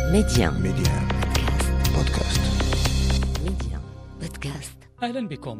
ميديان بودكاست. ميديان بودكاست. أهلا بكم.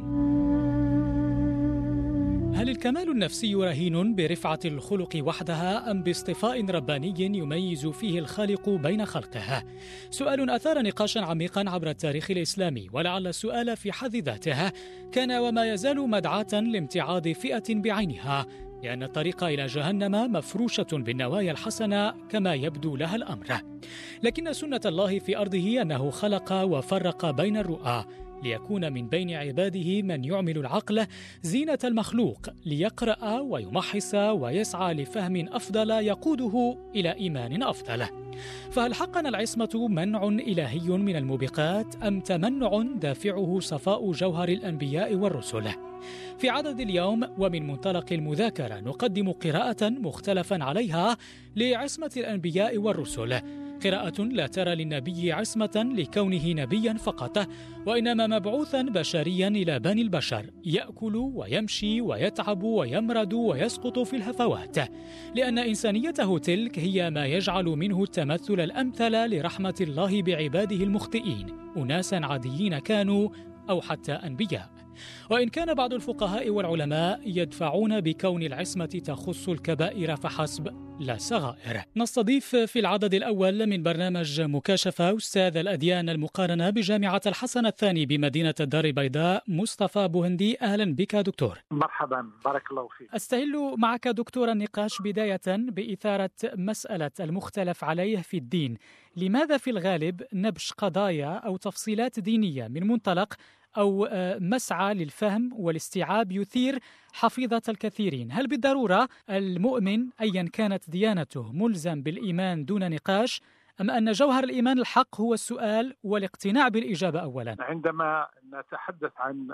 هل الكمال النفسي رهين برفعة الخلق وحدها أم باصطفاء رباني يميز فيه الخالق بين خلقه؟ سؤال أثار نقاشا عميقا عبر التاريخ الإسلامي، ولعل السؤال في حد ذاته كان وما يزال مدعاة لامتعاض فئة بعينها، لأن الطريق إلى جهنم مفروشة بالنوايا الحسنة كما يبدو لها الأمر. لكن سنة الله في أرضه أنه خلق وفرق بين الرؤى، ليكون من بين عباده من يعمل العقل زينة المخلوق، ليقرأ ويمحص ويسعى لفهم أفضل يقوده إلى إيمان أفضل. فهل حقا العصمة منع إلهي من الموبقات أم تمنع دافعه صفاء جوهر الأنبياء والرسل؟ في عدد اليوم ومن منطلق المذاكرة نقدم قراءة مختلفا عليها لعصمة الأنبياء والرسل، قراءة لا ترى للنبي عصمة لكونه نبيا فقط، وإنما مبعوثا بشريا إلى بني البشر، يأكل ويمشي ويتعب ويمرض ويسقط في الهفوات، لأن إنسانيته تلك هي ما يجعل منه التمثل الأمثل لرحمة الله بعباده المخطئين، أناسا عاديين كانوا أو حتى أنبياء. وإن كان بعض الفقهاء والعلماء يدفعون بكون العصمة تخص الكبائر فحسب لا صغائر. نستضيف في العدد الأول من برنامج مكاشفة أستاذ الأديان المقارنة بجامعة الحسن الثاني بمدينة الدار البيضاء مصطفى بوهندي. أهلا بك دكتور. مرحبا، بارك الله فيك. أستهل معك دكتور النقاش بداية بإثارة مسألة المختلف عليه في الدين. لماذا في الغالب نبش قضايا أو تفصيلات دينية من منطلق أو مسعى للفهم والاستيعاب يثير حفيظة الكثيرين؟ هل بالضرورة المؤمن أيا كانت ديانته ملزم بالإيمان دون نقاش، أم أن جوهر الإيمان الحق هو السؤال والاقتناع بالإجابة أولا؟ عندما نتحدث عن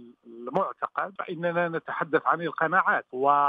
المعتقد فإننا نتحدث عن القناعات،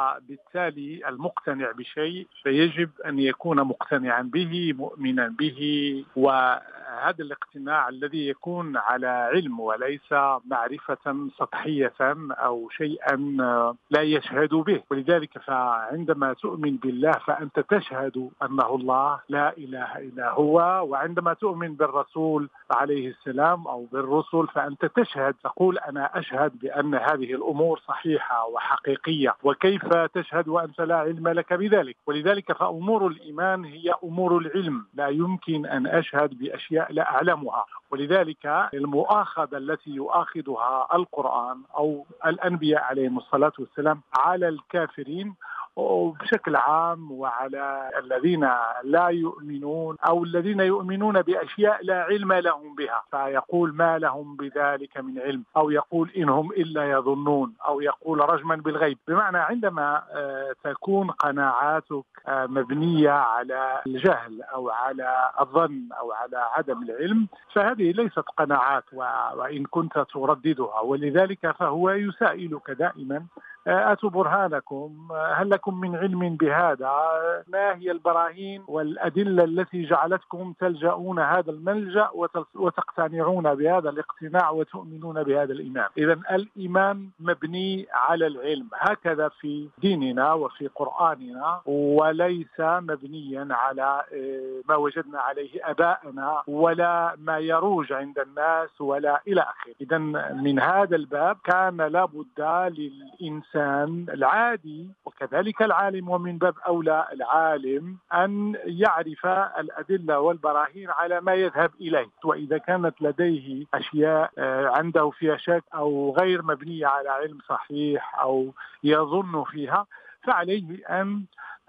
وبالتالي المقتنع بشيء فيجب أن يكون مقتنعا به، مؤمنا به، وهذا الاقتناع الذي يكون على علم وليس معرفة سطحية أو شيئا لا يشهد به. ولذلك فعندما تؤمن بالله فأنت تشهد أنه الله لا إله إلا هو، وعندما تؤمن بالرسول عليه السلام أو بالرسل فأنت تشهد، تقول أنا أشهد بأن هذه الأمور صحيحة وحقيقية. وكيف تشهد وأنت لا علم لك بذلك؟ ولذلك فأمور الإيمان هي أمور العلم، لا يمكن أن أشهد بأشياء لا أعلمها. ولذلك المؤاخذة التي يؤاخذها القرآن أو الأنبياء عليهم الصلاة والسلام على الكافرين وبشكل عام وعلى الذين لا يؤمنون أو الذين يؤمنون بأشياء لا علم لهم بها، فيقول ما لهم بذلك من علم، أو يقول إنهم إلا يظنون، أو يقول رجما بالغيب. بمعنى عندما تكون قناعاتك مبنية على الجهل أو على الظن أو على عدم العلم فهذه ليست قناعات، وإن كنت ترددها. ولذلك فهو يسائلك دائما آتوا برهانكم، هل لكم من علم بهذا؟ ما هي البراهين والأدلة التي جعلتكم تلجؤون هذا الملجأ وتقتنعون بهذا الاقتناع وتؤمنون بهذا الإيمان؟ إذن الإيمان مبني على العلم، هكذا في ديننا وفي قرآننا، وليس مبنيا على ما وجدنا عليه آباءنا ولا ما يروج عند الناس ولا إلى آخره. إذن من هذا الباب كان لابد للإنسان العادي وكذلك العالم، ومن باب أولى العالم، أن يعرف الأدلة والبراهين على ما يذهب إليه. وإذا كانت لديه أشياء عنده فيها شك أو غير مبنية على علم صحيح أو يظن فيها فعليه أن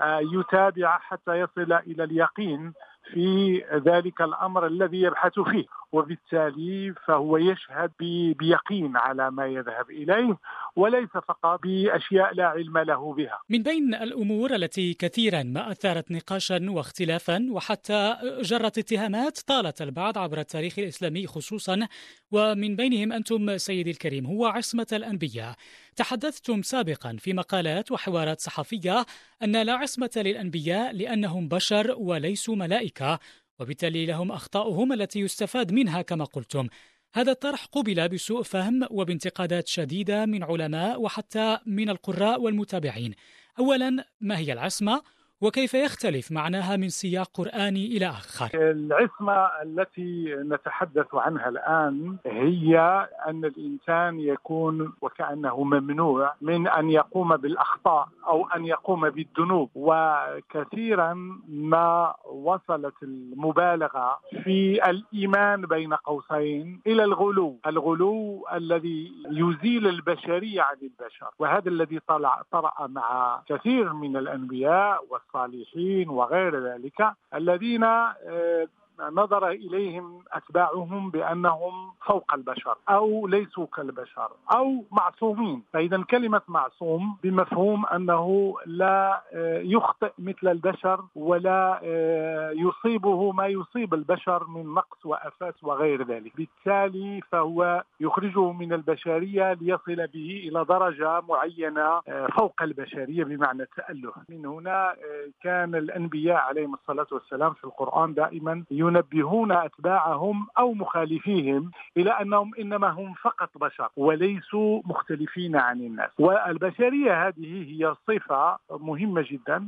يتابع حتى يصل إلى اليقين في ذلك الأمر الذي يبحث فيه، وبالتالي فهو يشهد بيقين على ما يذهب إليه وليس فقط بأشياء لا علم له بها. من بين الأمور التي كثيرا ما أثارت نقاشا واختلافا وحتى جرت اتهامات طالت البعض عبر التاريخ الإسلامي خصوصا، ومن بينهم أنتم سيدي الكريم، هو عصمة الأنبياء. تحدثتم سابقا في مقالات وحوارات صحفية أن لا عصمة للأنبياء لأنهم بشر وليسوا ملائكة، وبالتالي لهم أخطاؤهم التي يستفاد منها كما قلتم. هذا الطرح قُبل بسوء فهم وبانتقادات شديدة من علماء وحتى من القراء والمتابعين. أولا، ما هي العصمة؟ وكيف يختلف معناها من سياق قرآني إلى آخر؟ العصمة التي نتحدث عنها الآن هي أن الإنسان يكون وكأنه ممنوع من أن يقوم بالأخطاء أو أن يقوم بالذنوب. وكثيرا ما وصلت المبالغة في الإيمان بين قوسين إلى الغلو الذي يزيل البشرية عن البشر، وهذا الذي طرأ مع كثير من الأنبياء والصالحين وغير ذلك الذين نظر إليهم أتباعهم بأنهم فوق البشر أو ليسوا كالبشر أو معصومين. فإذا كلمة معصوم بمفهوم أنه لا يخطئ مثل البشر ولا يصيبه ما يصيب البشر من نقص وآفات وغير ذلك، بالتالي فهو يخرجه من البشرية ليصل به إلى درجة معينة فوق البشرية بمعنى التأله. من هنا كان الأنبياء عليهم الصلاة والسلام في القرآن دائما ينبهون أتباعهم أو مخالفيهم إلى أنهم إنما هم فقط بشر وليسوا مختلفين عن الناس. والبشرية هذه هي صفة مهمة جدا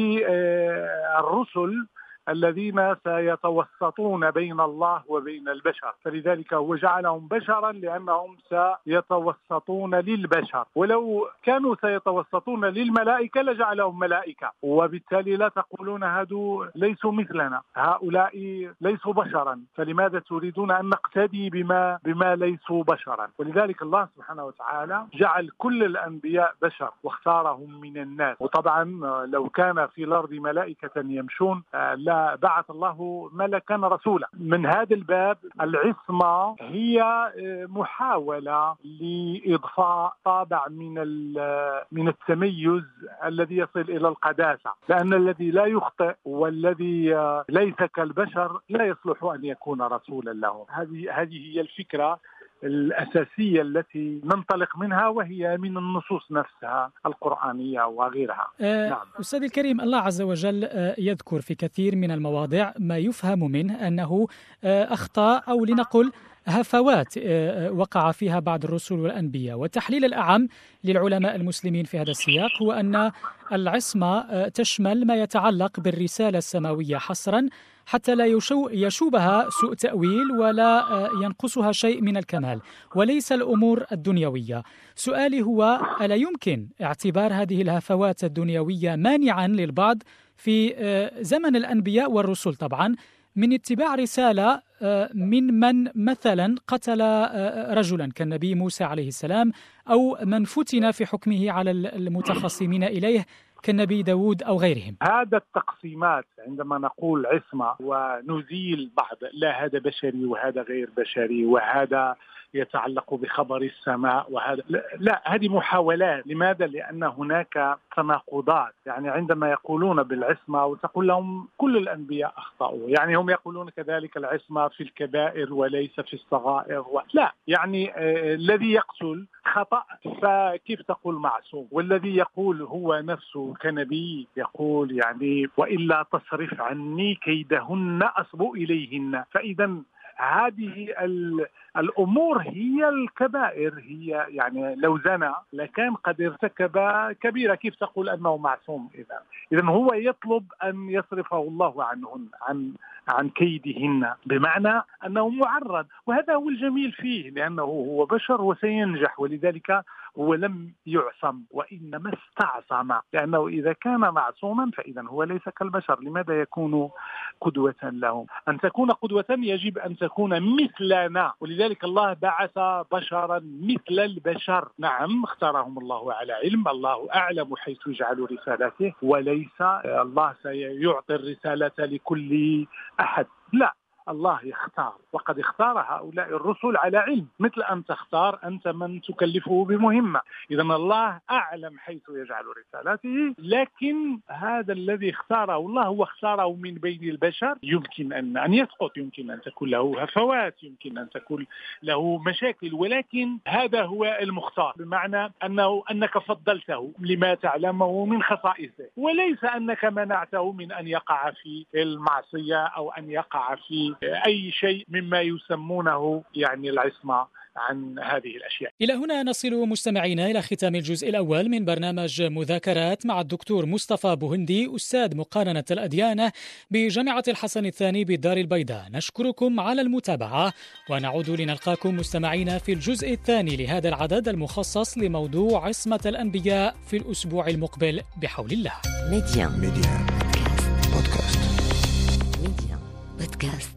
للرسل الذين سيتوسطون بين الله وبين البشر، فلذلك هو جعلهم بشرا لأنهم سيتوسطون للبشر، ولو كانوا سيتوسطون للملائكة لجعلهم ملائكة، وبالتالي لا تقولون هذو ليسوا مثلنا، هؤلاء ليسوا بشرا، فلماذا تريدون أن نقتدي بما ليسوا بشرا؟ ولذلك الله سبحانه وتعالى جعل كل الأنبياء بشر واختارهم من الناس. وطبعا لو كان في الأرض ملائكة يمشون لا بعث الله ملكا رسولا. من هذا الباب العصمة هي محاولة لإضفاء طابع من التميز الذي يصل إلى القداسة، لأن الذي لا يخطئ والذي ليس كالبشر لا يصلح أن يكون رسولا لهم. هذه هي الفكرة الأساسية التي ننطلق منها، وهي من النصوص نفسها القرآنية وغيرها. نعم. أستاذ الكريم، الله عز وجل يذكر في كثير من المواضع ما يفهم منه أنه أخطاء أو لنقل هفوات وقع فيها بعض الرسل والأنبياء، والتحليل الأعم للعلماء المسلمين في هذا السياق هو أن العصمة تشمل ما يتعلق بالرسالة السماوية حصرا حتى لا يشوبها سوء تأويل ولا ينقصها شيء من الكمال، وليس الأمور الدنيوية. سؤالي هو: ألا يمكن اعتبار هذه الهفوات الدنيوية مانعا للبعض في زمن الأنبياء والرسل طبعا من اتباع رسالة من مثلا قتل رجلا كالنبي موسى عليه السلام، أو من فتن في حكمه على المتخصمين إليه كالنبي داود أو غيرهم؟ هذا التقسيمات عندما نقول عصمة ونزيل بعض، لا هذا بشري وهذا غير بشري وهذا يتعلق بخبر السماء وهذا لا، هذه محاولات. لماذا؟ لأن هناك تناقضات. يعني عندما يقولون بالعصمة وتقول لهم كل الأنبياء أخطأوا، يعني هم يقولون كذلك العصمة في الكبائر وليس في الصغائر لا، يعني الذي يقتل خطأ فكيف تقول معصوم؟ والذي يقول هو نفسه كنبي يقول يعني وإلا تصرف عني كيدهن أصب إليهن. فإذا هذه الأمور هي الكبائر، هي يعني لو زنى لكان قد ارتكب كبيرة، كيف تقول أنه معصوم؟ إذا هو يطلب أن يصرفه الله عنهن عن كيدهن، بمعنى أنه معرض، وهذا هو الجميل فيه لأنه هو بشر وسينجح، ولذلك هو لم يعصم وإنما استعصم، لأنه إذا كان معصوما فإذا هو ليس كالبشر. لماذا يكون قدوة لهم؟ أن تكون قدوة يجب أن تكون مثلنا، ولذلك الله بعث بشرا مثل البشر. نعم اختارهم الله على علم، الله أعلم حيث يجعل رسالته، وليس الله سيعطي الرسالة لكل أحد، لا، الله يختار، وقد اختار هؤلاء الرسل على علم، مثل أن تختار أنت من تكلفه بمهمة. إذا الله أعلم حيث يجعل رسالته، لكن هذا الذي اختاره الله هو اختاره من بين البشر. يمكن أن يسقط، يمكن أن تكون له هفوات، يمكن أن تكون له مشاكل، ولكن هذا هو المختار، بمعنى أنك فضلته لما تعلمه من خصائصه، وليس أنك منعته من أن يقع في المعصية أو أن يقع في أي شيء مما يسمونه يعني العصمة عن هذه الأشياء. إلى هنا نصل مستمعينا إلى ختام الجزء الأول من برنامج مذاكرات مع الدكتور مصطفى بوهندي، أستاذ مقارنة الأديان بجامعة الحسن الثاني بالدار البيضاء. نشكركم على المتابعة، ونعود لنلقاكم مستمعينا في الجزء الثاني لهذا العدد المخصص لموضوع عصمة الأنبياء في الأسبوع المقبل بحول الله. ميديان بودكاست. ميديان بودكاست.